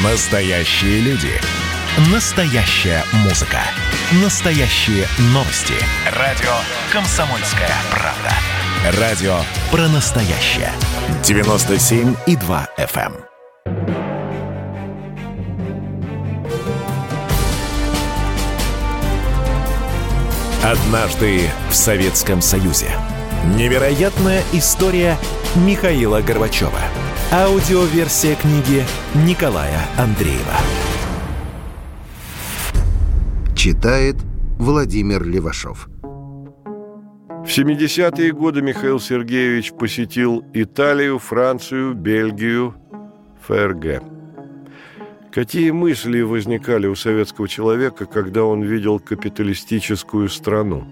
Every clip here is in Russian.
Настоящие люди. Настоящая музыка. Настоящие новости. Радио «Комсомольская правда». Радио про настоящее. 97,2 FM. Однажды в Советском Союзе. Невероятная история Михаила Горбачева. Аудиоверсия книги Николая Андреева. Читает Владимир Левашов. В 70-е годы Михаил Сергеевич посетил Италию, Францию, Бельгию, ФРГ. Какие мысли возникали у советского человека, когда он видел капиталистическую страну?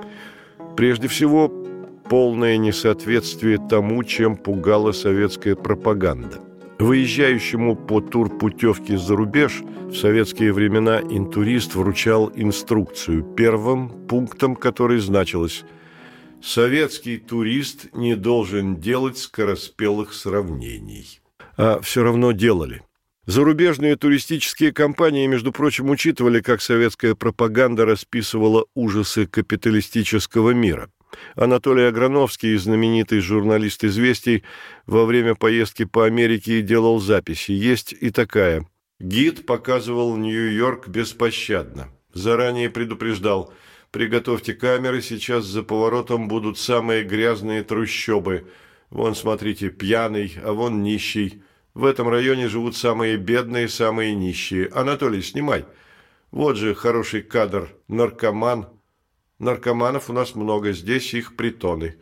Прежде всего, полное несоответствие тому, чем пугала советская пропаганда. Выезжающему по турпутевке за рубеж в советские времена интурист вручал инструкцию, первым пунктом которой значилось: «Советский турист не должен делать скороспелых сравнений». А все равно делали. Зарубежные туристические компании, между прочим, учитывали, как советская пропаганда расписывала ужасы капиталистического мира. Анатолий Аграновский, знаменитый журналист «Известий», во время поездки по Америке делал записи. Есть и такая. Гид показывал Нью-Йорк беспощадно. Заранее предупреждал: приготовьте камеры, сейчас за поворотом будут самые грязные трущобы. Вон, смотрите, пьяный, а вон нищий. В этом районе живут самые бедные, самые нищие. Анатолий, снимай. Вот же хороший кадр. Наркоман. Наркоманов у нас много, здесь их притоны.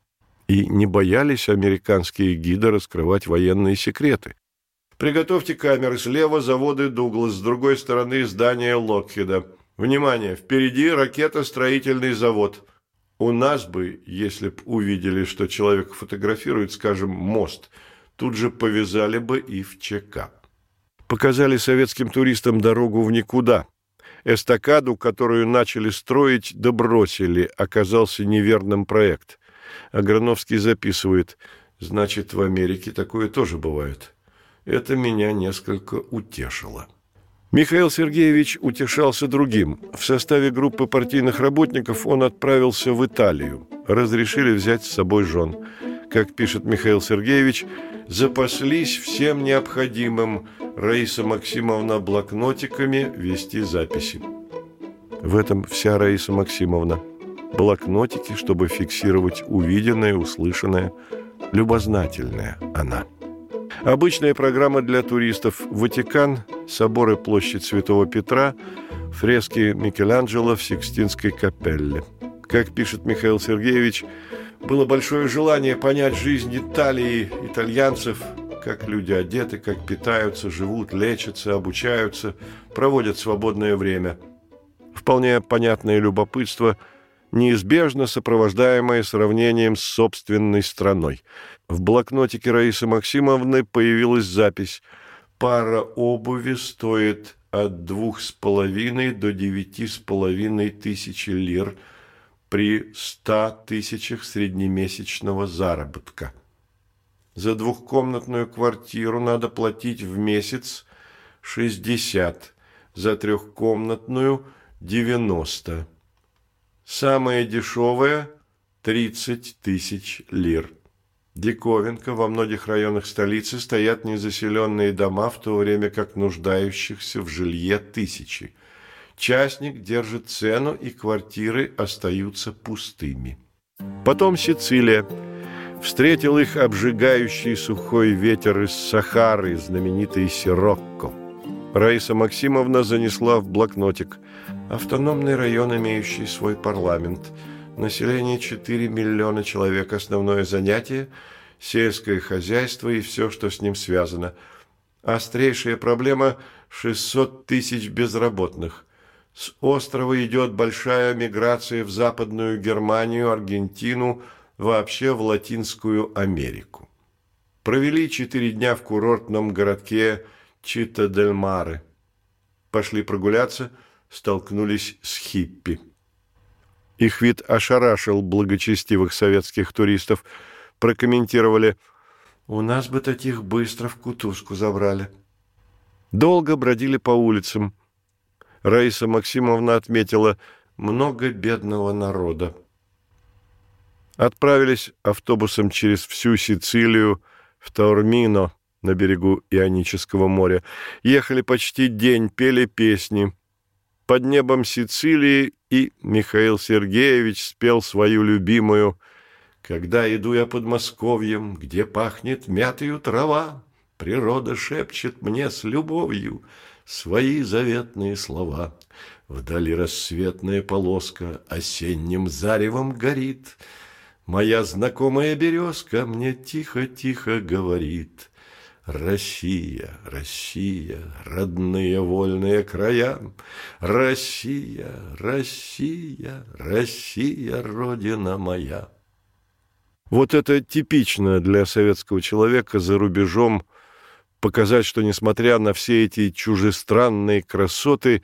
И не боялись американские гиды раскрывать военные секреты. Приготовьте камеры. Слева заводы Дуглас, с другой стороны здание Локхеда. Внимание, впереди ракетостроительный завод. У нас бы, если б увидели, что человек фотографирует, скажем, мост, тут же повязали бы и в ЧК. Показали советским туристам дорогу в никуда. Эстакаду, которую начали строить, добросили. Оказался неверным проект. Аграновский записывает: «Значит, в Америке такое тоже бывает». Это меня несколько утешило. Михаил Сергеевич утешался другим. В составе группы партийных работников он отправился в Италию. Разрешили взять с собой жен. Как пишет Михаил Сергеевич, запаслись всем необходимым. Раиса Максимовна блокнотиками вести записи. В этом вся Раиса Максимовна. Блокнотики, чтобы фиксировать увиденное, услышанное. Любознательная она. Обычная программа для туристов: Ватикан, собор и площадь Святого Петра, фрески Микеланджело в Сикстинской капелле. Как пишет Михаил Сергеевич, было большое желание понять жизнь Италии, итальянцев, как люди одеты, как питаются, живут, лечатся, обучаются, проводят свободное время. Вполне понятное любопытство, неизбежно сопровождаемое сравнением с собственной страной. В блокнотике Раисы Максимовны появилась запись: пара обуви стоит от 2,5 до 9,5 тысячи лир при 100 тысячах среднемесячного заработка. За двухкомнатную квартиру надо платить в месяц 60, за трехкомнатную 90. Самая дешевая 30 тысяч лир. Диковинка: во многих районах столицы стоят незаселенные дома, в то время как нуждающихся в жилье тысячи. Частник держит цену, и квартиры остаются пустыми. Потом Сицилия. Встретил их обжигающий сухой ветер из Сахары, знаменитый Сирокко. Раиса Максимовна занесла в блокнотик: автономный район, имеющий свой парламент. Население 4 миллиона человек. Основное занятие – сельское хозяйство и все, что с ним связано. Острейшая проблема – 600 тысяч безработных. С острова идет большая миграция в Западную Германию, Аргентину, вообще в Латинскую Америку. Провели 4 дня в курортном городке Чита-дель-Маре. Пошли прогуляться, столкнулись с хиппи. Их вид ошарашил благочестивых советских туристов. Прокомментировали: «У нас бы таких быстро в кутузку забрали». Долго бродили по улицам. Раиса Максимовна отметила: много бедного народа. Отправились автобусом через всю Сицилию в Таурмино на берегу Ионического моря. Ехали почти день, пели песни. Под небом Сицилии и Михаил Сергеевич спел свою любимую: «Когда иду я Подмосковьем, где пахнет мятою трава, природа шепчет мне с любовью свои заветные слова. Вдали рассветная полоска осенним заревом горит. Моя знакомая березка мне тихо-тихо говорит: Россия, Россия, родные вольные края, Россия, Россия, Россия, родина моя». Вот это типично для советского человека за рубежом показать, что, несмотря на все эти чужестранные красоты,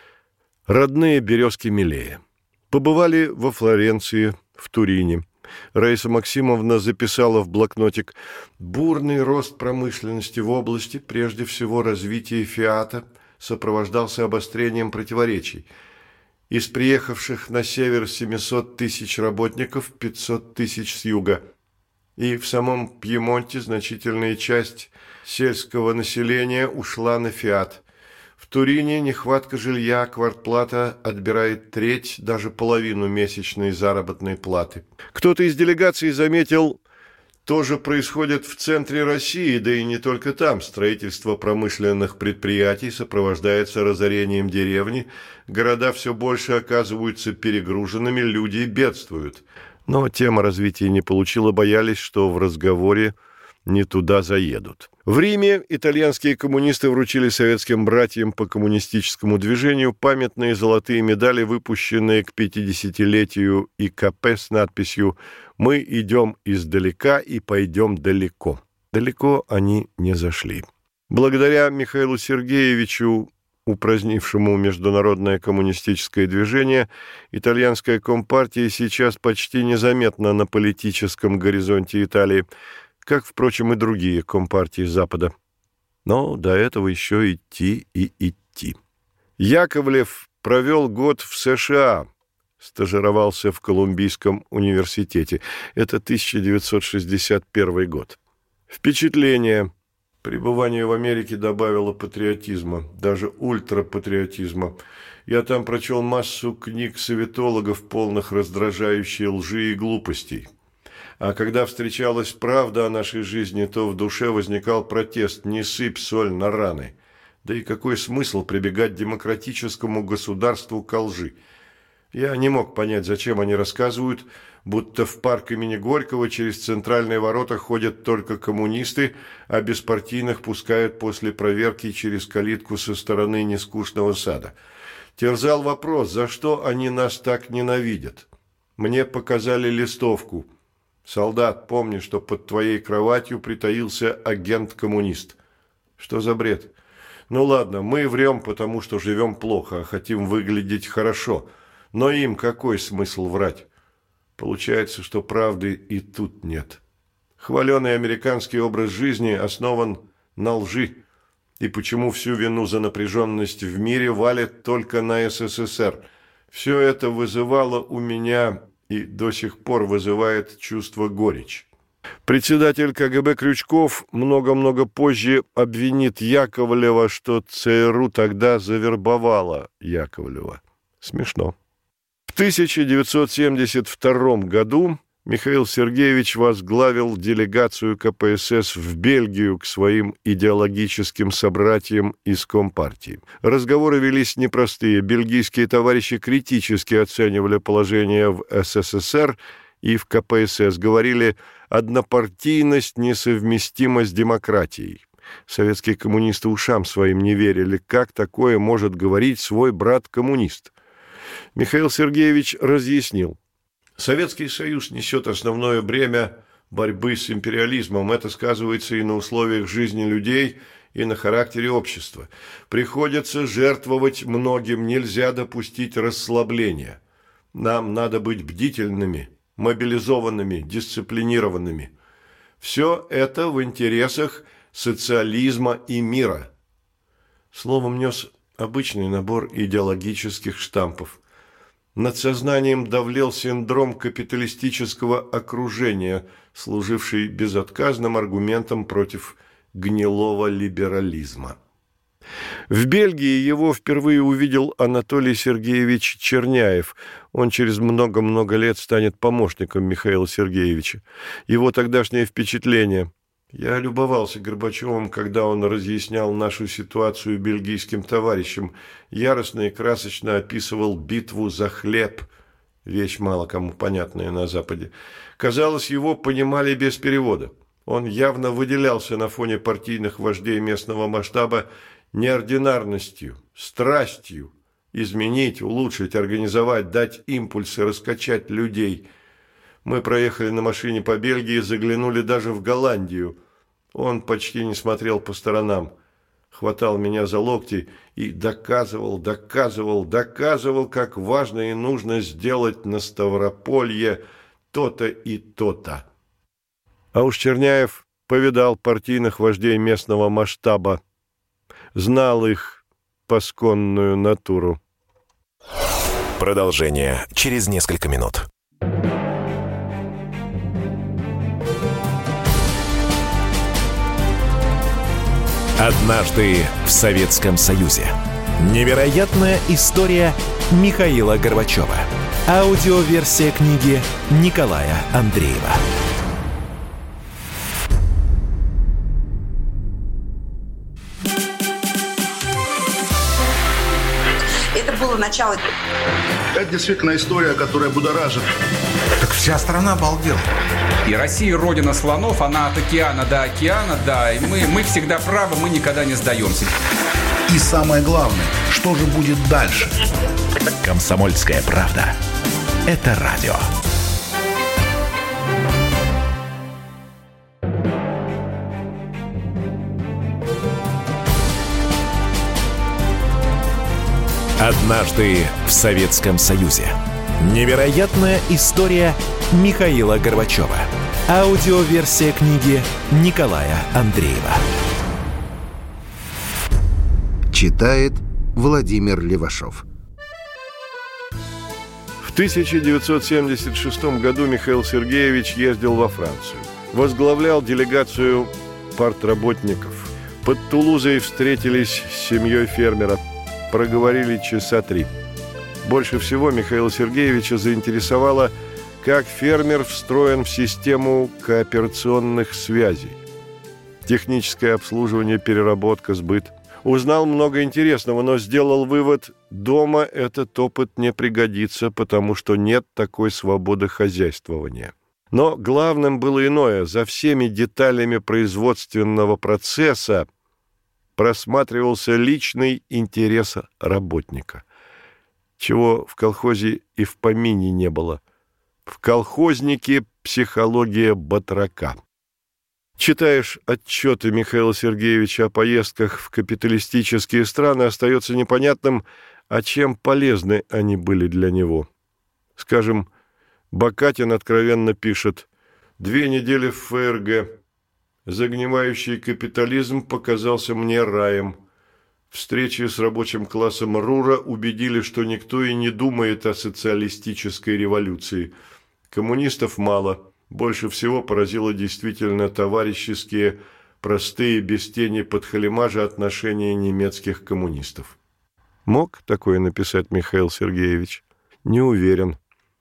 родные березки милее. Побывали во Флоренции, в Турине. Раиса Максимовна записала в блокнотик: бурный рост промышленности в области, прежде всего развития «Фиата», сопровождался обострением противоречий. Из приехавших на север 700 тысяч работников 500 тысяч с юга. И в самом Пьемонте значительная часть сельского населения ушла на «Фиат». В Турине нехватка жилья, квартплата отбирает треть, даже половину месячной заработной платы. Кто-то из делегации заметил: тоже происходит в центре России, да и не только там. Строительство промышленных предприятий сопровождается разорением деревни, города все больше оказываются перегруженными, люди бедствуют. Но тема развития не получила, боялись, что в разговоре не туда заедут. В Риме итальянские коммунисты вручили советским братьям по коммунистическому движению памятные золотые медали, выпущенные к 50-летию ИКП с надписью «Мы идем издалека и пойдем далеко». Далеко они не зашли. Благодаря Михаилу Сергеевичу, упразднившему международное коммунистическое движение, итальянская компартия сейчас почти незаметна на политическом горизонте Италии, как, впрочем, и другие компартии Запада. Но до этого еще идти и идти. Яковлев провел год в США, стажировался в Колумбийском университете. Это 1961 год. Впечатление. Пребывание в Америке добавило патриотизма, даже ультрапатриотизма. Я там прочел массу книг советологов, полных раздражающей лжи и глупостей. А когда встречалась правда о нашей жизни, то в душе возникал протест: не сыпь соль на раны. Да и какой смысл прибегать к демократическому государству ко лжи? Я не мог понять, зачем они рассказывают, будто в парк имени Горького через центральные ворота ходят только коммунисты, а беспартийных пускают после проверки через калитку со стороны нескучного сада. Терзал вопрос, за что они нас так ненавидят. Мне показали листовку: «Солдат, помни, что под твоей кроватью притаился агент-коммунист». Что за бред? Ну ладно, мы врем, потому что живем плохо, а хотим выглядеть хорошо. Но им какой смысл врать? Получается, что правды и тут нет. Хваленый американский образ жизни основан на лжи. И почему всю вину за напряженность в мире валят только на СССР? Все это вызывало у меня и до сих пор вызывает чувство горечи. Председатель КГБ Крючков много-много позже обвинит Яковлева, что ЦРУ тогда завербовала Яковлева. Смешно. В 1972 году Михаил Сергеевич возглавил делегацию КПСС в Бельгию к своим идеологическим собратьям из Компартии. Разговоры велись непростые. Бельгийские товарищи критически оценивали положение в СССР и в КПСС. Говорили: однопартийность несовместима с демократией. Советские коммунисты ушам своим не верили. Как такое может говорить свой брат-коммунист? Михаил Сергеевич разъяснил: Советский Союз несет основное бремя борьбы с империализмом. Это сказывается и на условиях жизни людей, и на характере общества. Приходится жертвовать многим, нельзя допустить расслабления. Нам надо быть бдительными, мобилизованными, дисциплинированными. Все это в интересах социализма и мира. Словом, нес обычный набор идеологических штампов. Над сознанием давлел синдром капиталистического окружения, служивший безотказным аргументом против гнилого либерализма. В Бельгии его впервые увидел Анатолий Сергеевич Черняев. Он через много-много лет станет помощником Михаила Сергеевича. Его тогдашнее впечатление: я любовался Горбачевым, когда он разъяснял нашу ситуацию бельгийским товарищам, яростно и красочно описывал битву за хлеб, вещь мало кому понятная на Западе. Казалось, его понимали без перевода. Он явно выделялся на фоне партийных вождей местного масштаба неординарностью, страстью изменить, улучшить, организовать, дать импульсы, раскачать людей. Мы проехали на машине по Бельгии, заглянули даже в Голландию. Он почти не смотрел по сторонам, хватал меня за локти и доказывал, как важно и нужно сделать на Ставрополье то-то и то-то. А уж Черняев повидал партийных вождей местного масштаба, знал их пасконную натуру. Продолжение через несколько минут. Однажды в Советском Союзе. Невероятная история Михаила Горбачева. Аудиоверсия книги Николая Андреева. Это было начало. Это действительно история, которая будоражит. Так вся страна обалдела. И Россия родина слонов, она от океана до океана, да. И мы всегда правы, мы никогда не сдаемся. И самое главное, что же будет дальше? «Комсомольская правда». Это радио. Однажды в Советском Союзе. Невероятная история Михаила Горбачева. Аудиоверсия книги Николая Андреева. Читает Владимир Левашов. В 1976 году Михаил Сергеевич ездил во Францию. Возглавлял делегацию партработников. Под Тулузой встретились с семьей фермера. Проговорили часа 3. Больше всего Михаила Сергеевича заинтересовало, как фермер встроен в систему кооперационных связей. Техническое обслуживание, переработка, сбыт. Узнал много интересного, но сделал вывод: дома этот опыт не пригодится, потому что нет такой свободы хозяйствования. Но главным было иное. За всеми деталями производственного процесса просматривался личный интерес работника, чего в колхозе и в помине не было. В колхознике психология батрака. Читаешь отчеты Михаила Сергеевича о поездках в капиталистические страны, остается непонятным, а чем полезны они были для него. Скажем, Бакатин откровенно пишет: «2 недели в ФРГ. Загнивающий капитализм показался мне раем. Встречи с рабочим классом Рура убедили, что никто и не думает о социалистической революции. Коммунистов мало. Больше всего поразило действительно товарищеские, простые, без тени подхалимажа отношения немецких коммунистов». Мог такое написать Михаил Сергеевич? Не уверен.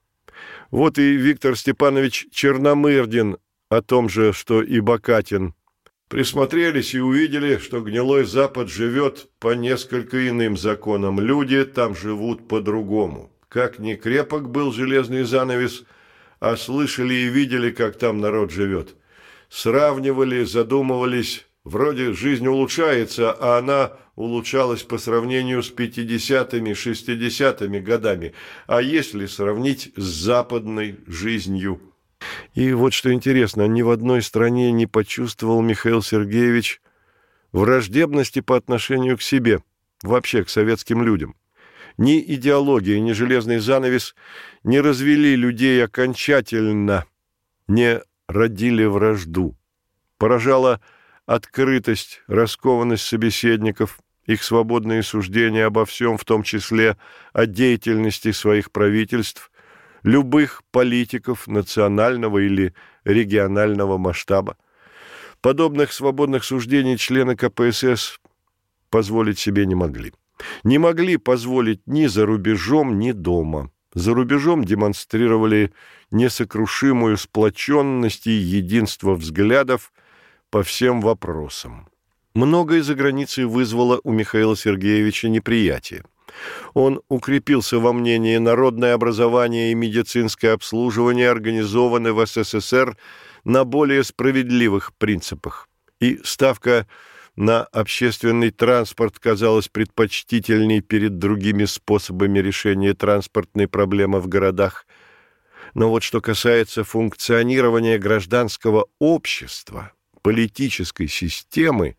Вот и Виктор Степанович Черномырдин о том же, что и Бакатин. Присмотрелись и увидели, что гнилой Запад живет по несколько иным законам. Люди там живут по-другому. Как ни крепок был железный занавес, а слышали и видели, как там народ живет. Сравнивали, задумывались. Вроде жизнь улучшается, а она улучшалась по сравнению с 50-ми, 60-ми годами. А если сравнить с западной жизнью? И вот что интересно, ни в одной стране не почувствовал Михаил Сергеевич враждебности по отношению к себе, вообще к советским людям. Ни идеология, ни железный занавес не развели людей окончательно, не родили вражду. Поражала открытость, раскованность собеседников, их свободные суждения обо всем, в том числе о деятельности своих правительств, любых политиков национального или регионального масштаба. Подобных свободных суждений члены КПСС позволить себе не могли. Не могли позволить ни за рубежом, ни дома. За рубежом демонстрировали несокрушимую сплоченность и единство взглядов по всем вопросам. Многое за границей вызвало у Михаила Сергеевича неприятие. Он укрепился во мнении: народное образование и медицинское обслуживание организованы в СССР на более справедливых принципах, и ставка на общественный транспорт казалась предпочтительней перед другими способами решения транспортной проблемы в городах. Но вот что касается функционирования гражданского общества, политической системы,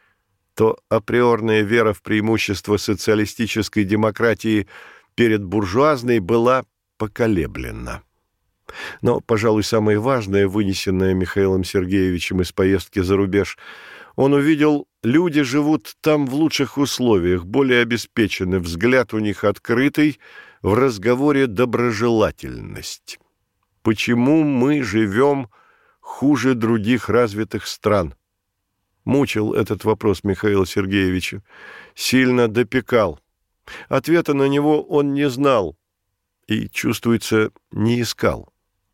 то априорная вера в преимущество социалистической демократии перед буржуазной была поколеблена. Но, пожалуй, самое важное, вынесенное Михаилом Сергеевичем из поездки за рубеж, он увидел: люди живут там в лучших условиях, более обеспечены, взгляд у них открытый, в разговоре доброжелательность. Почему мы живем хуже других развитых стран? Мучил этот вопрос Михаила Сергеевича, сильно допекал. Ответа на него он не знал и, чувствуется, не искал.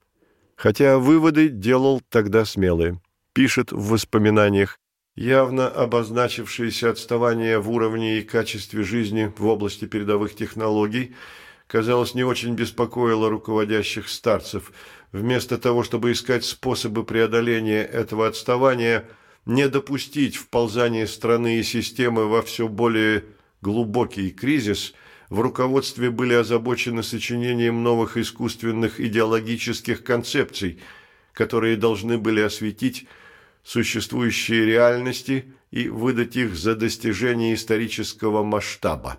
Хотя выводы делал тогда смелые. Пишет в воспоминаниях: явно обозначившееся отставание в уровне и качестве жизни в области передовых технологий, казалось, не очень беспокоило руководящих старцев. Вместо того, чтобы искать способы преодоления этого отставания, не допустить вползания страны и системы во все более глубокий кризис, в руководстве были озабочены сочинением новых искусственных идеологических концепций, которые должны были осветить существующие реальности и выдать их за достижение исторического масштаба.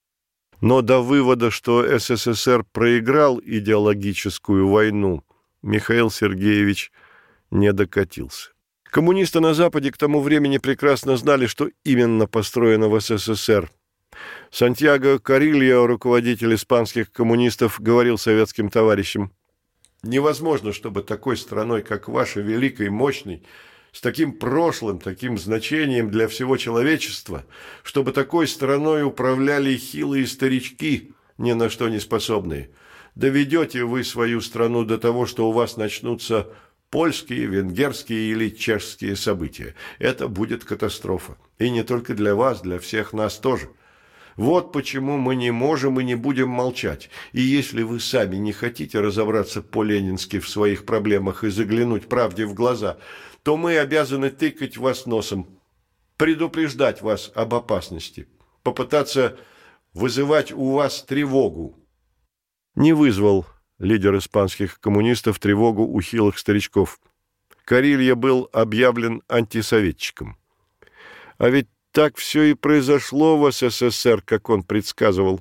Но до вывода, что СССР проиграл идеологическую войну, Михаил Сергеевич не докатился. Коммунисты на Западе к тому времени прекрасно знали, что именно построено в СССР. Сантьяго Карильо, руководитель испанских коммунистов, говорил советским товарищам: «Невозможно, чтобы такой страной, как ваша, великой, мощной, с таким прошлым, таким значением для всего человечества, чтобы такой страной управляли хилые старички, ни на что не способные. Доведете вы свою страну до того, что у вас начнутся польские, венгерские или чешские события. Это будет катастрофа. И не только для вас, для всех нас тоже. Вот почему мы не можем и не будем молчать. И если вы сами не хотите разобраться по-ленински в своих проблемах и заглянуть правде в глаза, то мы обязаны тыкать вас носом, предупреждать вас об опасности, попытаться вызывать у вас тревогу». Не вызвал лидер испанских коммунистов тревогу у хилых старичков. Карильо был объявлен антисоветчиком. А ведь так все и произошло в СССР, как он предсказывал.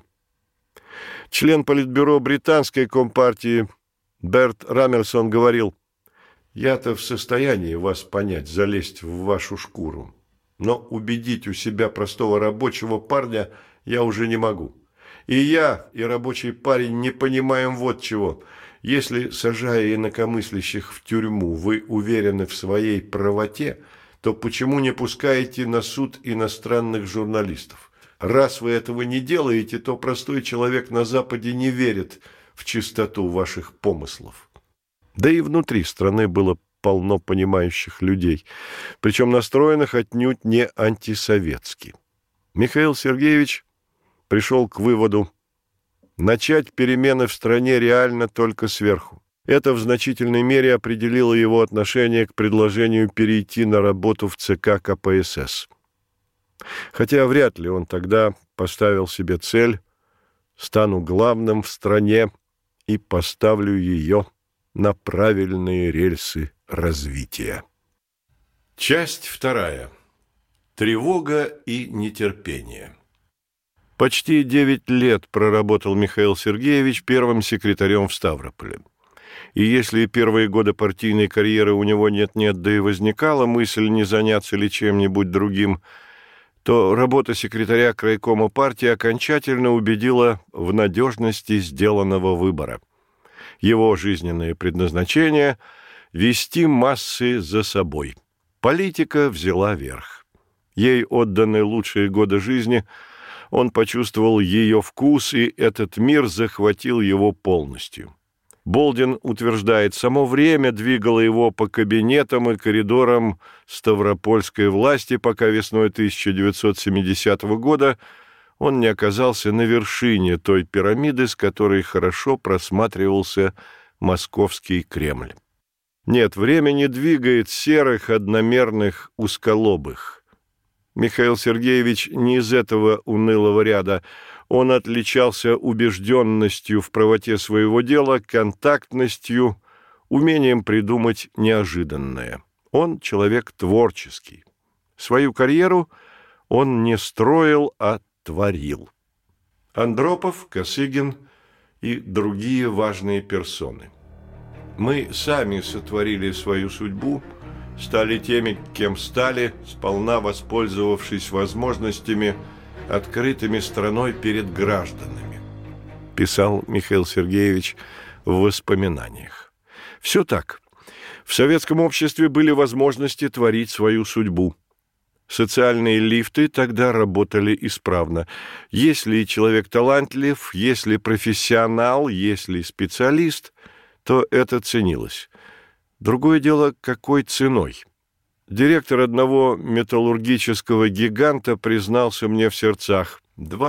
Член Политбюро британской компартии Берт Рамерсон говорил: «Я-то в состоянии вас понять, залезть в вашу шкуру, но убедить у себя простого рабочего парня я уже не могу. И я, и рабочий парень не понимаем вот чего. Если, сажая инакомыслящих в тюрьму, вы уверены в своей правоте, то почему не пускаете на суд иностранных журналистов? Раз вы этого не делаете, то простой человек на Западе не верит в чистоту ваших помыслов». Да и внутри страны было полно понимающих людей, причем настроенных отнюдь не антисоветски. Михаил Сергеевич пришел к выводу: начать перемены в стране реально только сверху. Это в значительной мере определило его отношение к предложению перейти на работу в ЦК КПСС. Хотя вряд ли он тогда поставил себе цель: стану главным в стране и поставлю ее на правильные рельсы развития. Часть 2. Тревога и нетерпение. Почти 9 лет проработал Михаил Сергеевич первым секретарем в Ставрополе. И если первые годы партийной карьеры у него нет-нет, да и возникала мысль не заняться ли чем-нибудь другим, то работа секретаря крайкома партии окончательно убедила в надежности сделанного выбора. Его жизненное предназначение – вести массы за собой. Политика взяла верх. Ей отданы лучшие годы жизни, он почувствовал ее вкус, и этот мир захватил его полностью. Болдин утверждает, само время двигало его по кабинетам и коридорам ставропольской власти, пока весной 1970 года он не оказался на вершине той пирамиды, с которой хорошо просматривался московский Кремль. Нет, время не двигает серых, одномерных, узколобых. Михаил Сергеевич не из этого унылого ряда. Он отличался убежденностью в правоте своего дела, контактностью, умением придумать неожиданное. Он человек творческий. Свою карьеру он не строил, а творил. Андропов, Косыгин и другие важные персоны. Мы сами сотворили свою судьбу, стали теми, кем стали, сполна воспользовавшись возможностями, открытыми страной перед гражданами, писал Михаил Сергеевич в воспоминаниях. Все так. В советском обществе были возможности творить свою судьбу. Социальные лифты тогда работали исправно. Если человек талантлив, если профессионал, если специалист, то это ценилось. Другое дело, какой ценой. Директор одного металлургического гиганта признался мне в сердцах: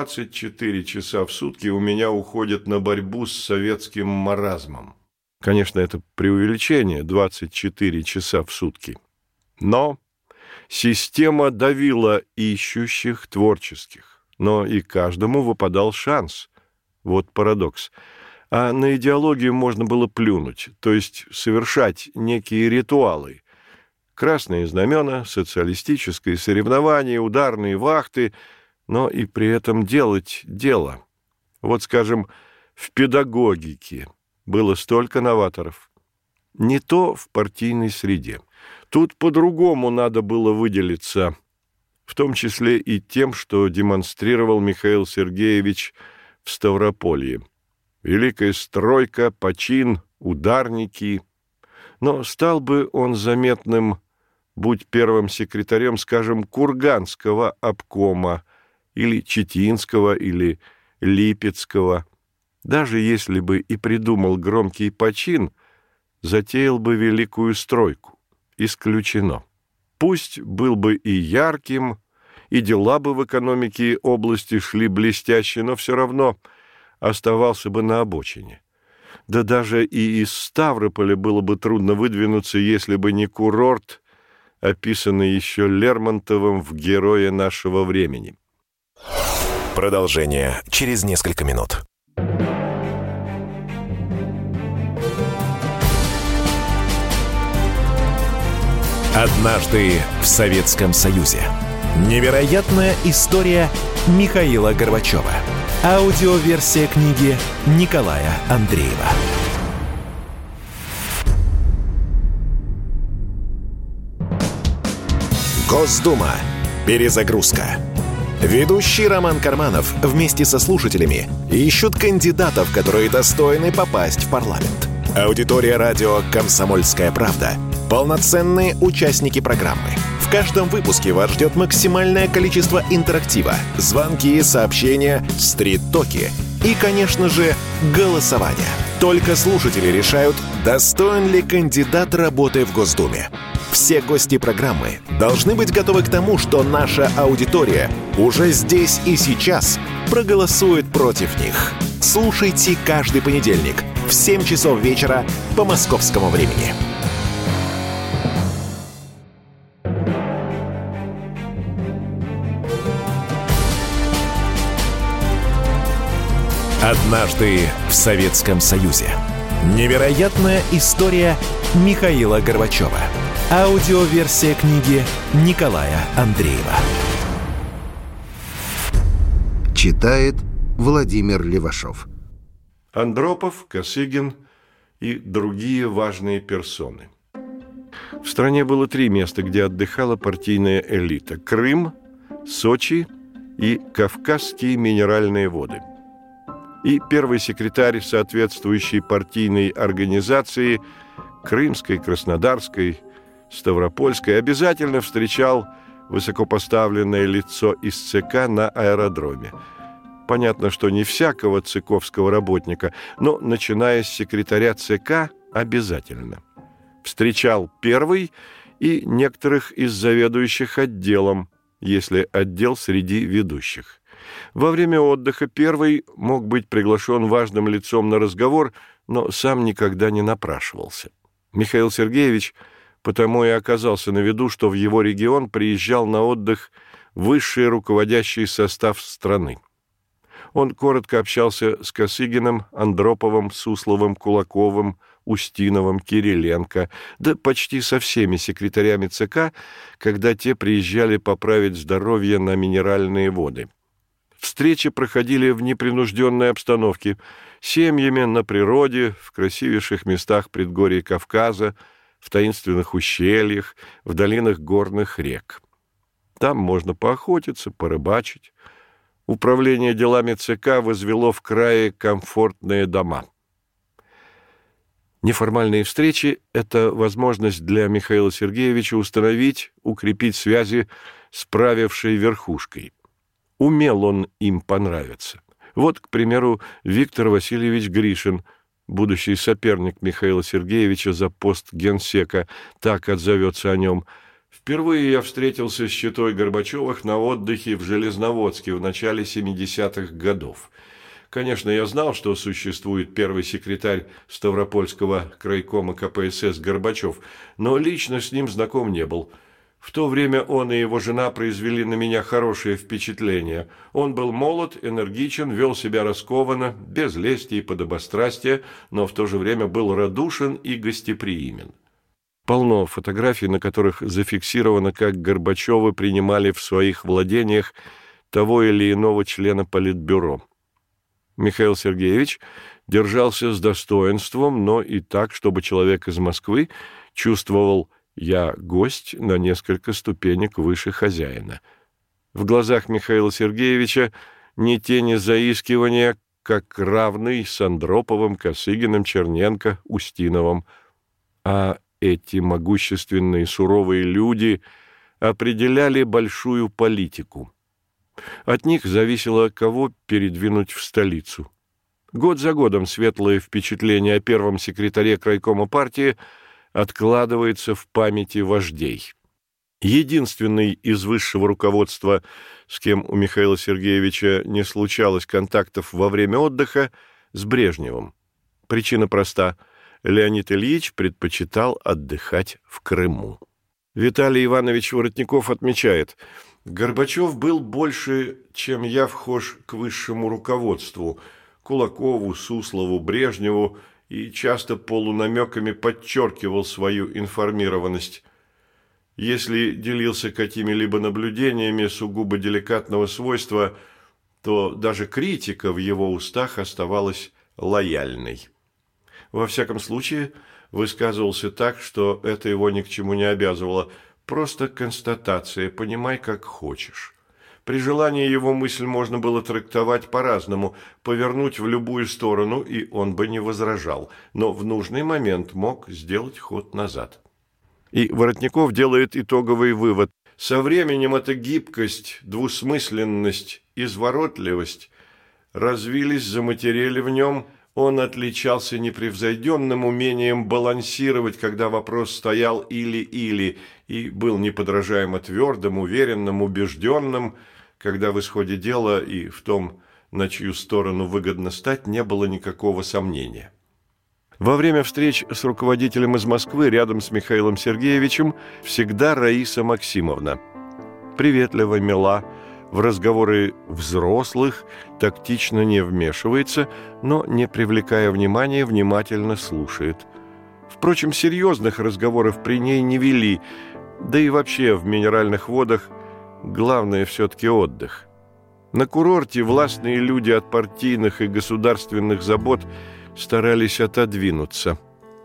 24 часа в сутки у меня уходят на борьбу с советским маразмом. Конечно, это преувеличение, 24 часа в сутки. Но система давила ищущих, творческих, но и каждому выпадал шанс. Вот парадокс. А на идеологию можно было плюнуть, то есть совершать некие ритуалы. Красные знамена, социалистические соревнования, ударные вахты, но и при этом делать дело. Вот, скажем, в педагогике было столько новаторов. Не то в партийной среде. Тут по-другому надо было выделиться, в том числе и тем, что демонстрировал Михаил Сергеевич в Ставрополье. Великая стройка, почин, ударники. Но стал бы он заметным, будь первым секретарем, скажем, Курганского обкома, или Читинского, или Липецкого. Даже если бы и придумал громкий почин, затеял бы великую стройку. Исключено. Пусть был бы и ярким, и дела бы в экономике области шли блестяще, но все равно оставался бы на обочине. Да даже и из Ставрополя было бы трудно выдвинуться, если бы не курорт, описанный еще Лермонтовым в «Герое нашего времени». Продолжение через несколько минут. Однажды в Советском Союзе. Невероятная история Михаила Горбачева. Аудиоверсия книги Николая Андреева. Госдума. Перезагрузка. Ведущий Роман Карманов вместе со слушателями ищут кандидатов, которые достойны попасть в парламент. Аудитория радио «Комсомольская правда» — полноценные участники программы. В каждом выпуске вас ждет максимальное количество интерактива, звонки, сообщения, стрит-токи и, конечно же, голосование. Только слушатели решают, достоин ли кандидат работы в Госдуме. Все гости программы должны быть готовы к тому, что наша аудитория уже здесь и сейчас проголосует против них. Слушайте каждый понедельник в 7 часов вечера по московскому времени. Однажды в Советском Союзе. Невероятная история Михаила Горбачева. Аудиоверсия книги Николая Андреева. Читает Владимир Левашов. Андропов, Косыгин и другие важные персоны. В стране было 3 места, где отдыхала партийная элита: Крым, Сочи и Кавказские минеральные воды. И первый секретарь соответствующей партийной организации Крымской, Краснодарской, Ставропольской обязательно встречал высокопоставленное лицо из ЦК на аэродроме. Понятно, что не всякого цековского работника, но, начиная с секретаря ЦК, обязательно. Встречал первый и некоторых из заведующих отделом, если отдел среди ведущих. Во время отдыха первый мог быть приглашен важным лицом на разговор, но сам никогда не напрашивался. Михаил Сергеевич потому и оказался на виду, что в его регион приезжал на отдых высший руководящий состав страны. Он коротко общался с Косыгиным, Андроповым, Сусловым, Кулаковым, Устиновым, Кириленко, да почти со всеми секретарями ЦК, когда те приезжали поправить здоровье на минеральные воды. Встречи проходили в непринужденной обстановке, семьями на природе, в красивейших местах предгорий Кавказа, в таинственных ущельях, в долинах горных рек. Там можно поохотиться, порыбачить. Управление делами ЦК возвело в крае комфортные дома. Неформальные встречи – это возможность для Михаила Сергеевича установить, укрепить связи с правившей верхушкой. Умел он им понравиться. Вот, к примеру, Виктор Васильевич Гришин, будущий соперник Михаила Сергеевича за пост генсека, так отзовется о нем. Впервые я встретился с четой Горбачевых на отдыхе в Железноводске в начале 70-х годов. Конечно, я знал, что существует первый секретарь Ставропольского крайкома КПСС Горбачев, но лично с ним знаком не был. В то время он и его жена произвели на меня хорошее впечатление. Он был молод, энергичен, вел себя раскованно, без лести и подобострастия, но в то же время был радушен и гостеприимен. Полно фотографий, на которых зафиксировано, как Горбачевы принимали в своих владениях того или иного члена Политбюро. Михаил Сергеевич держался с достоинством, но и так, чтобы человек из Москвы чувствовал: «Я гость на несколько ступенек выше хозяина». В глазах Михаила Сергеевича ни тени заискивания, как равный с Андроповым, Косыгиным, Черненко, Устиновым. А эти могущественные суровые люди определяли большую политику. От них зависело, кого передвинуть в столицу. Год за годом светлое впечатление о первом секретаре крайкома партии откладывается в памяти вождей. Единственный из высшего руководства, с кем у Михаила Сергеевича не случалось контактов во время отдыха, с Брежневым. Причина проста. Леонид Ильич предпочитал отдыхать в Крыму. Виталий Иванович Воротников отмечает: «Горбачев был больше, чем я, вхож к высшему руководству, Кулакову, Суслову, Брежневу, и часто полунамеками подчеркивал свою информированность. Если делился какими-либо наблюдениями сугубо деликатного свойства, то даже критика в его устах оставалась лояльной. Во всяком случае, высказывался так, что это его ни к чему не обязывало. Просто констатация, понимай, как хочешь». При желании его мысль можно было трактовать по-разному, повернуть в любую сторону, и он бы не возражал, но в нужный момент мог сделать ход назад. И Воротников делает итоговый вывод. Со временем эта гибкость, двусмысленность, изворотливость развились, заматерели в нем. Он отличался непревзойденным умением балансировать, когда вопрос стоял или-или, и был неподражаемо твердым, уверенным, убежденным, когда в исходе дела и в том, на чью сторону выгодно стать, не было никакого сомнения. Во время встреч с руководителем из Москвы рядом с Михаилом Сергеевичем всегда Раиса Максимовна. Приветлива, мила, в разговоры взрослых тактично не вмешивается, но, не привлекая внимания, внимательно слушает. Впрочем, серьезных разговоров при ней не вели, да и вообще в минеральных водах главное все-таки отдых. На курорте властные люди от партийных и государственных забот старались отодвинуться.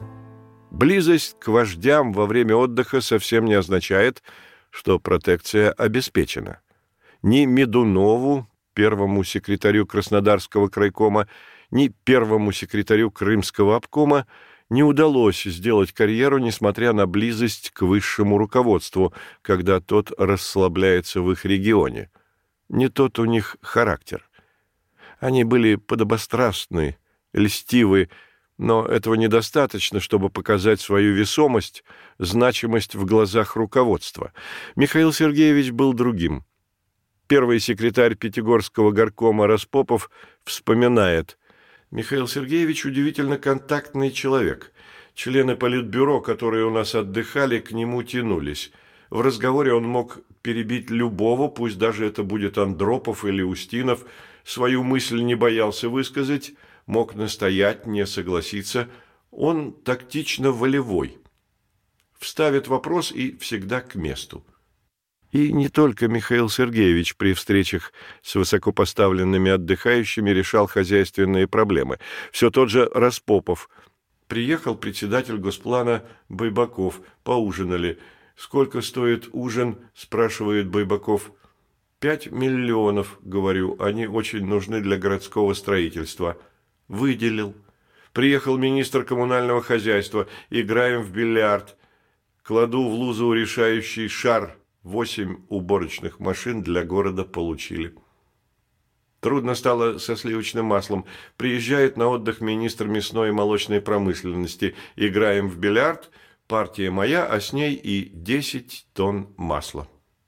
Близость к вождям во время отдыха совсем не означает, что протекция обеспечена. Ни Медунову, первому секретарю Краснодарского крайкома, ни первому секретарю Крымского обкома не удалось сделать карьеру, несмотря на близость к высшему руководству, когда тот расслабляется в их регионе. Не тот у них характер. Они были подобострастны, льстивы, но этого недостаточно, чтобы показать свою весомость, значимость в глазах руководства. Михаил Сергеевич был другим. Первый секретарь Пятигорского горкома Распопов вспоминает: «Михаил Сергеевич удивительно контактный человек. Члены политбюро, которые у нас отдыхали, к нему тянулись. В разговоре он мог перебить любого, пусть даже это будет Андропов или Устинов, свою мысль не боялся высказать, мог настоять, не согласиться. Он тактично волевой. Вставит вопрос и всегда к месту». И не только Михаил Сергеевич при встречах с высокопоставленными отдыхающими решал хозяйственные проблемы. Все тот же Распопов. Приехал председатель Госплана Байбаков. Поужинали. «Сколько стоит ужин?» – спрашивает Байбаков. 5 миллионов, говорю, они очень нужны для городского строительства. Выделил. Приехал министр коммунального хозяйства. Играем в бильярд. Кладу в лузу решающий шар. 8 уборочных машин для города получили. Трудно стало со сливочным маслом. Приезжает на отдых министр мясной и молочной промышленности. Играем в бильярд. Партия моя, а с ней и 10 тонн масла.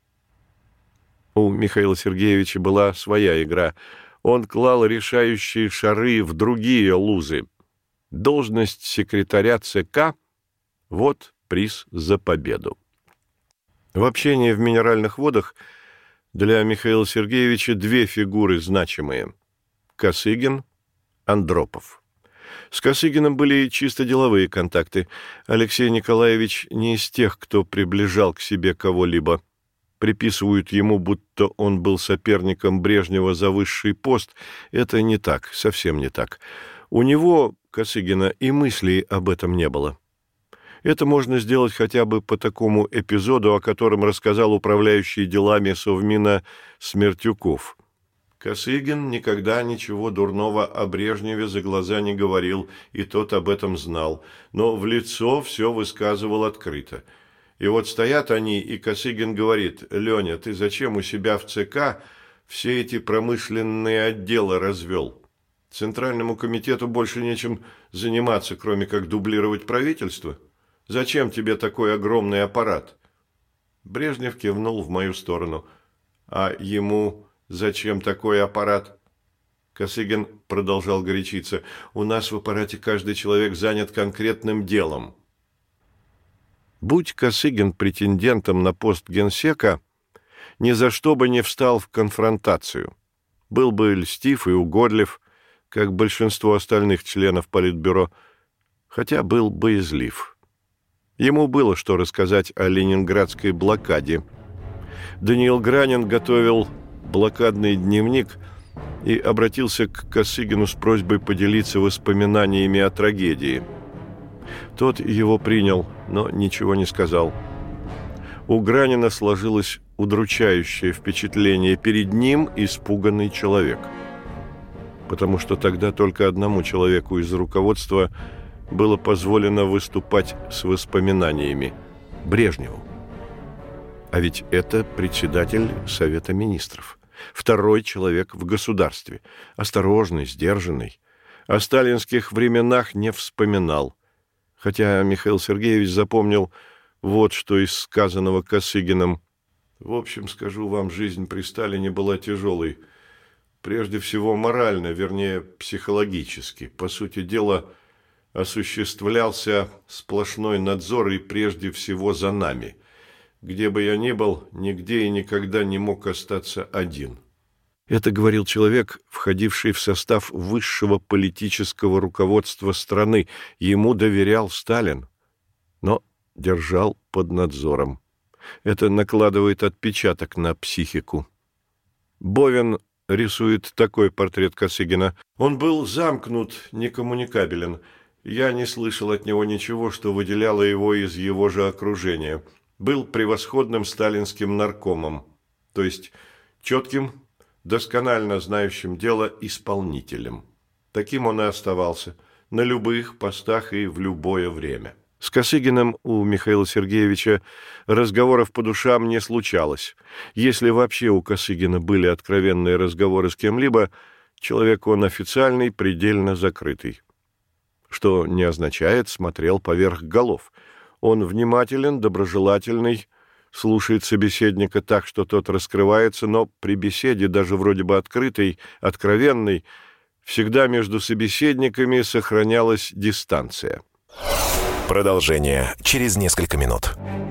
У Михаила Сергеевича была своя игра. Он клал решающие шары в другие лузы. Должность секретаря ЦК – вот приз за победу. В общении в минеральных водах для Михаила Сергеевича две фигуры значимые – Косыгин, Андропов. С Косыгиным были чисто деловые контакты. Алексей Николаевич не из тех, кто приближал к себе кого-либо. Приписывают ему, будто он был соперником Брежнева за высший пост. Это не так, совсем не так. У него, Косыгина, и мыслей об этом не было. Это можно сделать хотя бы по такому эпизоду, о котором рассказал управляющий делами Совмина Смертюков. Косыгин никогда ничего дурного о Брежневе за глаза не говорил, и тот об этом знал, но в лицо все высказывал открыто. И вот стоят они, и Косыгин говорит: «Леня, ты зачем у себя в ЦК все эти промышленные отделы развел? Центральному комитету больше нечем заниматься, кроме как дублировать правительство. Зачем тебе такой огромный аппарат?» Брежнев кивнул в мою сторону. «А ему зачем такой аппарат?» Косыгин продолжал горячиться. «У нас в аппарате каждый человек занят конкретным делом». Будь Косыгин претендентом на пост генсека, ни за что бы не встал в конфронтацию. Был бы льстив и угодлив, как большинство остальных членов Политбюро, хотя был боязлив. Ему было что рассказать о ленинградской блокаде. Даниил Гранин готовил блокадный дневник и обратился к Косыгину с просьбой поделиться воспоминаниями о трагедии. Тот его принял, но ничего не сказал. У Гранина сложилось удручающее впечатление: перед ним испуганный человек. Потому что тогда только одному человеку из руководства было позволено выступать с воспоминаниями – Брежневу. А ведь это председатель Совета Министров, второй человек в государстве, осторожный, сдержанный. О сталинских временах не вспоминал. Хотя Михаил Сергеевич запомнил вот что из сказанного Косыгиным. «В общем, скажу вам, жизнь при Сталине была тяжелой. Прежде всего морально, вернее, психологически. По сути дела, осуществлялся сплошной надзор и прежде всего за нами. Где бы я ни был, нигде и никогда не мог остаться один». Это говорил человек, входивший в состав высшего политического руководства страны. Ему доверял Сталин, но держал под надзором. Это накладывает отпечаток на психику. Бовин рисует такой портрет Косыгина. Он был замкнут, некоммуникабелен. Я не слышал от него ничего, что выделяло его из его же окружения. Был превосходным сталинским наркомом, то есть четким, досконально знающим дело исполнителем. Таким он и оставался на любых постах и в любое время. С Косыгиным у Михаила Сергеевича разговоров по душам не случалось. Если вообще у Косыгина были откровенные разговоры с кем-либо, человек он официальный, предельно закрытый. Что не означает, смотрел поверх голов. Он внимателен, доброжелательный, слушает собеседника так, что тот раскрывается, но при беседе, даже вроде бы открытой, откровенной, всегда между собеседниками сохранялась дистанция. Продолжение через несколько минут.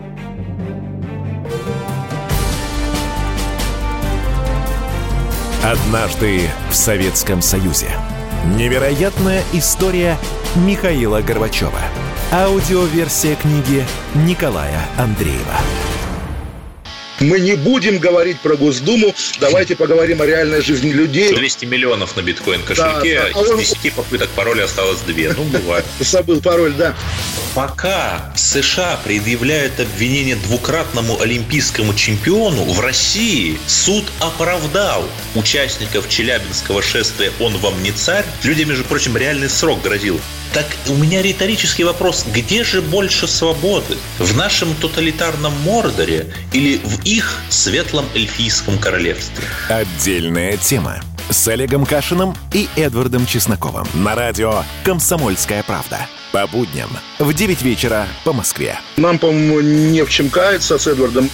Однажды в Советском Союзе. Невероятная история Михаила Горбачева. Аудиоверсия книги Николая Андреева. Мы не будем говорить про Госдуму, давайте поговорим о реальной жизни людей. 200 миллионов на биткоин-кошельке, да. из 10 попыток пароля осталось 2. Ну, бывает. Забыл пароль, да. Пока США предъявляют обвинение двукратному олимпийскому чемпиону, в России суд оправдал участников Челябинского шествия «Он вам не царь». Людям, между прочим, реальный срок грозил. Так у меня риторический вопрос: где же больше свободы? В нашем тоталитарном Мордоре или в их светлом эльфийском королевстве? Отдельная тема. С Олегом Кашиным и Эдвардом Чесноковым. На радио «Комсомольская правда». По будням в 9 вечера по Москве. Нам, по-моему, не в чем каяться с Эдвардом.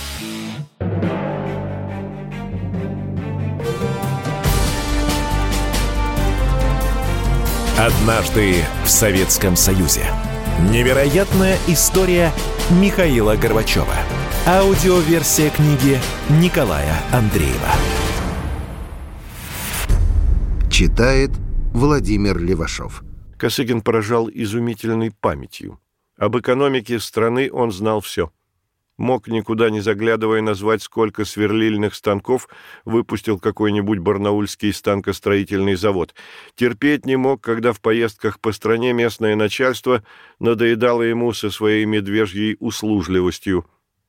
Однажды в Советском Союзе. Невероятная история Михаила Горбачева. Аудиоверсия книги Николая Андреева. Читает Владимир Левашов. Косыгин поражал изумительной памятью. Об экономике страны он знал все. Мог, никуда не заглядывая, назвать, сколько сверлильных станков выпустил какой-нибудь барнаульский станкостроительный завод. Терпеть не мог, когда в поездках по стране местное начальство надоедало ему со своей медвежьей услужливостью.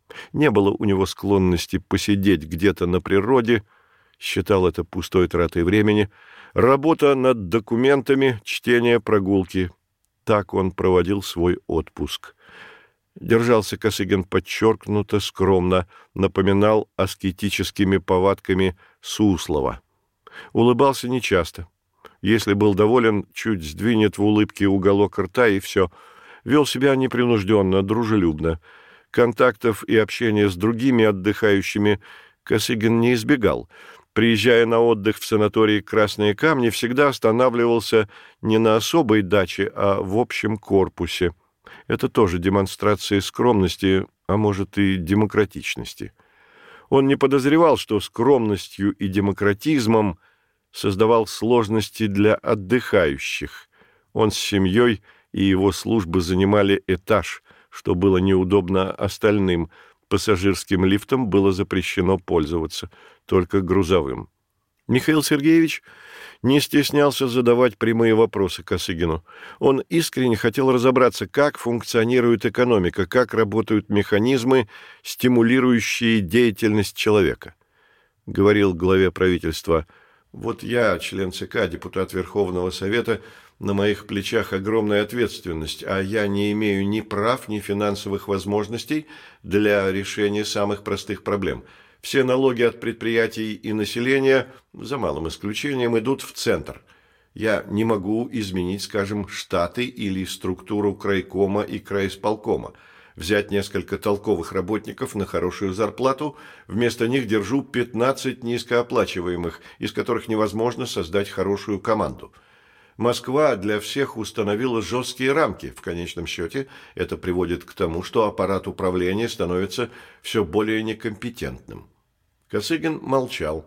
Не было у него склонности посидеть где-то на природе, считал это пустой тратой времени. Работа над документами, чтение, прогулки. Так он проводил свой отпуск. Держался Косыгин подчеркнуто скромно, напоминал аскетическими повадками Суслова. Улыбался нечасто. Если был доволен, чуть сдвинет в улыбке уголок рта, и все. Вел себя непринужденно, дружелюбно. Контактов и общения с другими отдыхающими Косыгин не избегал. Приезжая на отдых в санаторий «Красные камни», всегда останавливался не на особой даче, а в общем корпусе. Это тоже демонстрация скромности, а может и демократичности. Он не подозревал, что скромностью и демократизмом создавал сложности для отдыхающих. Он с семьей и его службы занимали этаж, что было неудобно остальным. Пассажирским лифтом было запрещено пользоваться, только грузовым. Михаил Сергеевич не стеснялся задавать прямые вопросы Косыгину. Он искренне хотел разобраться, как функционирует экономика, как работают механизмы, стимулирующие деятельность человека. Говорил главе правительства: «Вот я, член ЦК, депутат Верховного Совета, на моих плечах огромная ответственность, а я не имею ни прав, ни финансовых возможностей для решения самых простых проблем. Все налоги от предприятий и населения, за малым исключением, идут в центр. Я не могу изменить, скажем, штаты или структуру крайкома и крайисполкома. Взять несколько толковых работников на хорошую зарплату, вместо них держу 15 низкооплачиваемых, из которых невозможно создать хорошую команду. Москва для всех установила жесткие рамки. В конечном счете это приводит к тому, что аппарат управления становится все более некомпетентным». Косыгин молчал.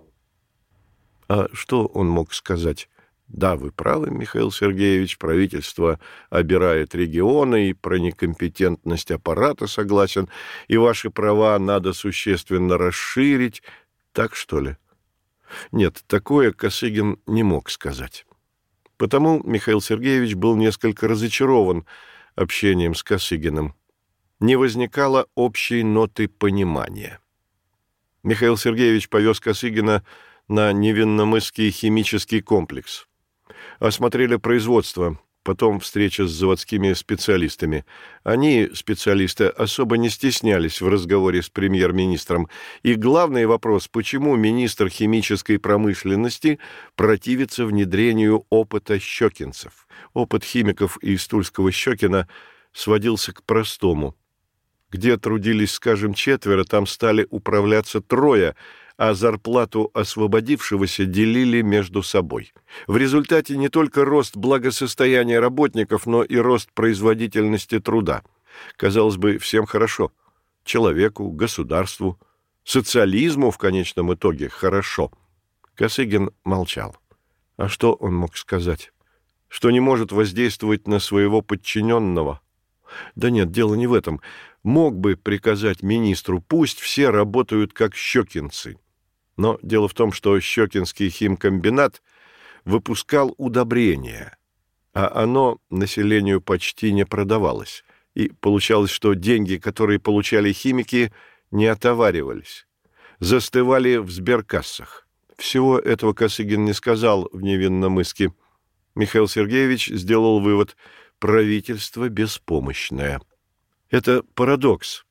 А что он мог сказать? Да, вы правы, Михаил Сергеевич, правительство обирает регионы, и про некомпетентность аппарата согласен, и ваши права надо существенно расширить. Так что ли? Нет, такое Косыгин не мог сказать. Потому Михаил Сергеевич был несколько разочарован общением с Косыгиным. Не возникало общей ноты понимания. Михаил Сергеевич повез Косыгина на Невинномысский химический комплекс. Осмотрели производство, потом встреча с заводскими специалистами. Они, специалисты, особо не стеснялись в разговоре с премьер-министром. И главный вопрос, почему министр химической промышленности противится внедрению опыта щекинцев. Опыт химиков из Тульского Щекина сводился к простому. Где трудились, скажем, 4, там стали управляться 3, а зарплату освободившегося делили между собой. В результате не только рост благосостояния работников, но и рост производительности труда. Казалось бы, всем хорошо. Человеку, государству, социализму в конечном итоге хорошо. Косыгин молчал. А что он мог сказать? Что не может воздействовать на своего подчиненного? Да нет, дело не в этом. Мог бы приказать министру, пусть все работают как щекинцы. Но дело в том, что Щекинский химкомбинат выпускал удобрения, а оно населению почти не продавалось. И получалось, что деньги, которые получали химики, не отоваривались, застывали в сберкассах. Всего этого Косыгин не сказал в Невинномысске. Михаил Сергеевич сделал вывод: правительство беспомощное. Это парадокс.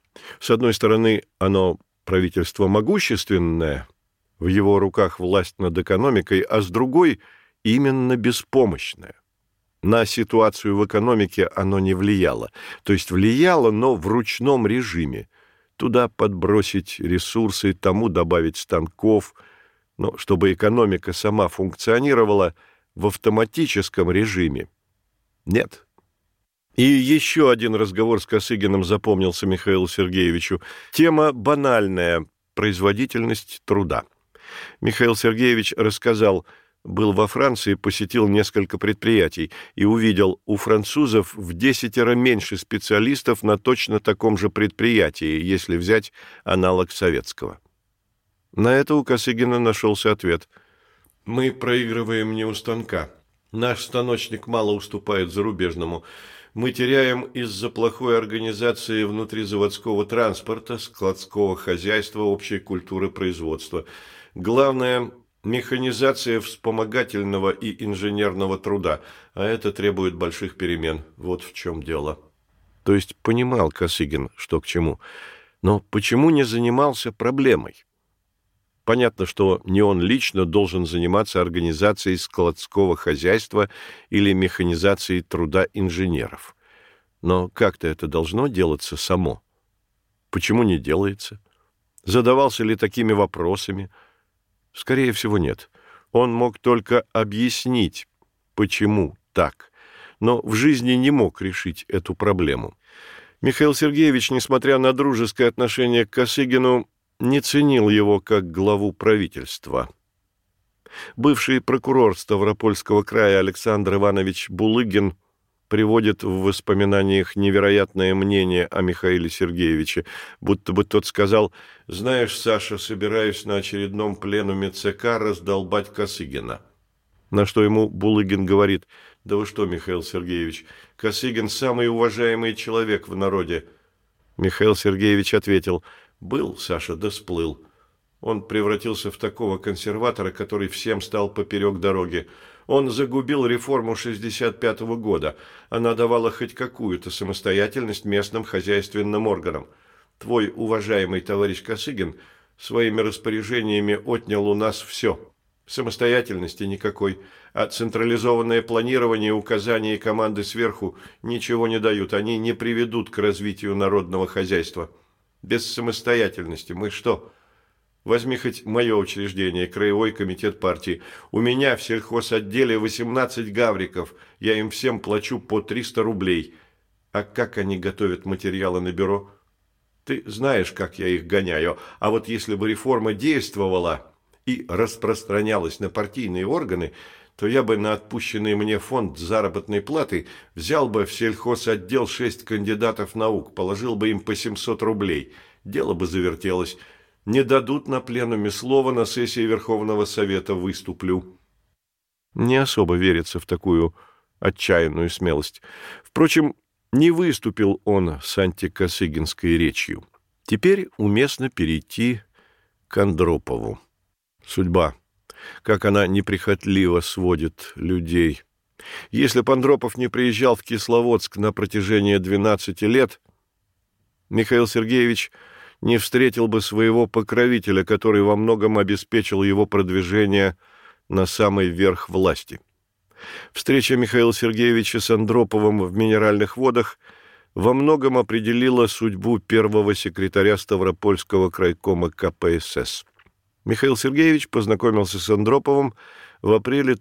С одной стороны, оно правительство могущественное, в его руках власть над экономикой, а с другой – именно беспомощное. На ситуацию в экономике оно не влияло. То есть влияло, но в ручном режиме. Туда подбросить ресурсы, тому добавить станков. Но чтобы экономика сама функционировала в автоматическом режиме – нет. И еще один разговор с Косыгиным запомнился Михаилу Сергеевичу. Тема банальная – производительность труда. Михаил Сергеевич рассказал, был во Франции, посетил несколько предприятий и увидел, у французов в 10 меньше специалистов на точно таком же предприятии, если взять аналог советского. На это у Косыгина нашелся ответ. «Мы проигрываем не у станка. Наш станочник мало уступает зарубежному. Мы теряем из-за плохой организации внутризаводского транспорта, складского хозяйства, общей культуры производства. Главное – механизация вспомогательного и инженерного труда, а это требует больших перемен. Вот в чем дело». То есть понимал Косыгин, что к чему. Но почему не занимался проблемой? Понятно, что не он лично должен заниматься организацией складского хозяйства или механизацией труда инженеров. Но как-то это должно делаться само. Почему не делается? Задавался ли такими вопросами? Скорее всего, нет. Он мог только объяснить, почему так, но в жизни не мог решить эту проблему. Михаил Сергеевич, несмотря на дружеское отношение к Косыгину, не ценил его как главу правительства. Бывший прокурор Ставропольского края Александр Иванович Булыгин приводит в воспоминаниях невероятное мнение о Михаиле Сергеевиче, будто бы тот сказал: «Знаешь, Саша, собираюсь на очередном пленуме ЦК раздолбать Косыгина». На что ему Булыгин говорит: «Да вы что, Михаил Сергеевич, Косыгин самый уважаемый человек в народе». Михаил Сергеевич ответил: «Был, Саша, да сплыл. Он превратился в такого консерватора, который всем стал поперек дороги. Он загубил реформу 1965 года. Она давала хоть какую-то самостоятельность местным хозяйственным органам. Твой уважаемый товарищ Косыгин своими распоряжениями отнял у нас все. Самостоятельности никакой, а централизованное планирование, указания и команды сверху ничего не дают. Они не приведут к развитию народного хозяйства. Без самостоятельности мы что? Возьми хоть мое учреждение, Краевой комитет партии. У меня в сельхозотделе 18 гавриков. Я им всем плачу по 300 рублей. А как они готовят материалы на бюро? Ты знаешь, как я их гоняю. А вот если бы реформа действовала и распространялась на партийные органы, то я бы на отпущенный мне фонд заработной платы взял бы в сельхозотдел 6 кандидатов наук, положил бы им по 700 рублей. Дело бы завертелось. Не дадут на пленуме слова, на сессии Верховного Совета выступлю». Не особо верится в такую отчаянную смелость. Впрочем, не выступил он с антикосыгинской речью. Теперь уместно перейти к Андропову. Судьба, как она неприхотливо сводит людей. Если б Андропов не приезжал в Кисловодск на протяжении 12 лет, Михаил Сергеевич не встретил бы своего покровителя, который во многом обеспечил его продвижение на самый верх власти. Встреча Михаила Сергеевича с Андроповым в Минеральных водах во многом определила судьбу первого секретаря Ставропольского крайкома КПСС. Михаил Сергеевич познакомился с Андроповым в апреле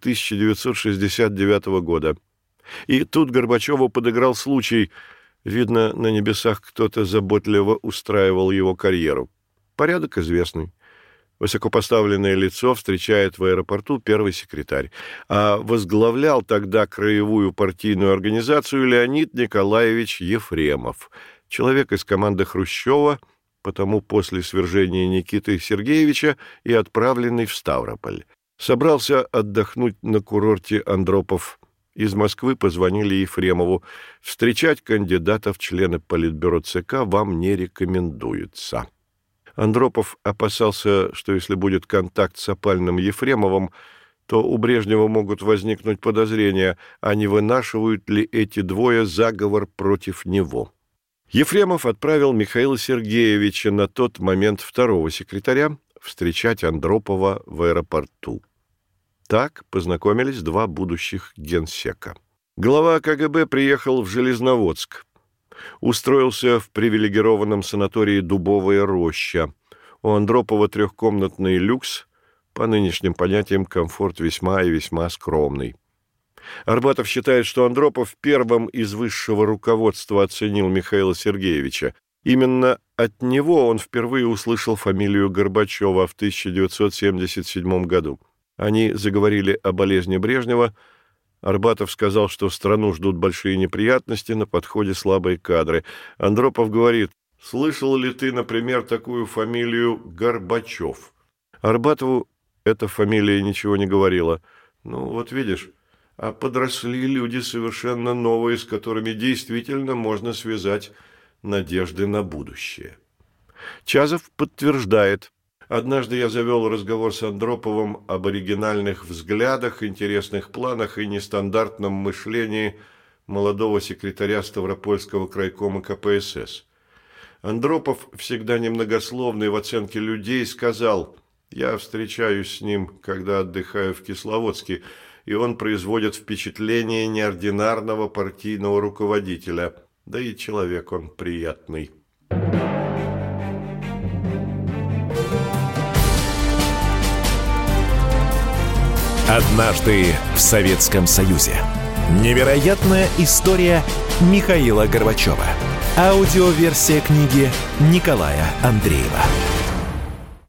1969 года. И тут Горбачеву подыграл случай. Видно, на небесах кто-то заботливо устраивал его карьеру. Порядок известный. Высокопоставленное лицо встречает в аэропорту первый секретарь. А возглавлял тогда краевую партийную организацию Леонид Николаевич Ефремов, человек из команды Хрущева, потому после свержения Никиты Сергеевича и отправленный в Ставрополь. Собрался отдохнуть на курорте Андропов. Из Москвы позвонили Ефремову. Встречать кандидата в члены Политбюро ЦК вам не рекомендуется. Андропов опасался, что если будет контакт с опальным Ефремовым, то у Брежнева могут возникнуть подозрения, а не вынашивают ли эти двое заговор против него. Ефремов отправил Михаила Сергеевича, на тот момент второго секретаря, встречать Андропова в аэропорту. Так познакомились два будущих генсека. Глава КГБ приехал в Железноводск. Устроился в привилегированном санатории «Дубовая роща». У Андропова трехкомнатный люкс, по нынешним понятиям комфорт весьма и весьма скромный. Арбатов считает, что Андропов первым из высшего руководства оценил Михаила Сергеевича. Именно от него он впервые услышал фамилию Горбачева в 1977 году. Они заговорили о болезни Брежнева. Арбатов сказал, что страну ждут большие неприятности, на подходе слабые кадры. Андропов говорит: «Слышал ли ты, например, такую фамилию Горбачев?» Арбатову эта фамилия ничего не говорила. Ну, вот видишь, а подросли люди совершенно новые, с которыми действительно можно связать надежды на будущее. Чазов подтверждает: «Однажды я завел разговор с Андроповым об оригинальных взглядах, интересных планах и нестандартном мышлении молодого секретаря Ставропольского крайкома КПСС. Андропов, всегда немногословный в оценке людей, сказал: «Я встречаюсь с ним, когда отдыхаю в Кисловодске, и он производит впечатление неординарного партийного руководителя, да и человек он приятный». Однажды в Советском Союзе. Невероятная история Михаила Горбачева. Аудиоверсия книги Николая Андреева.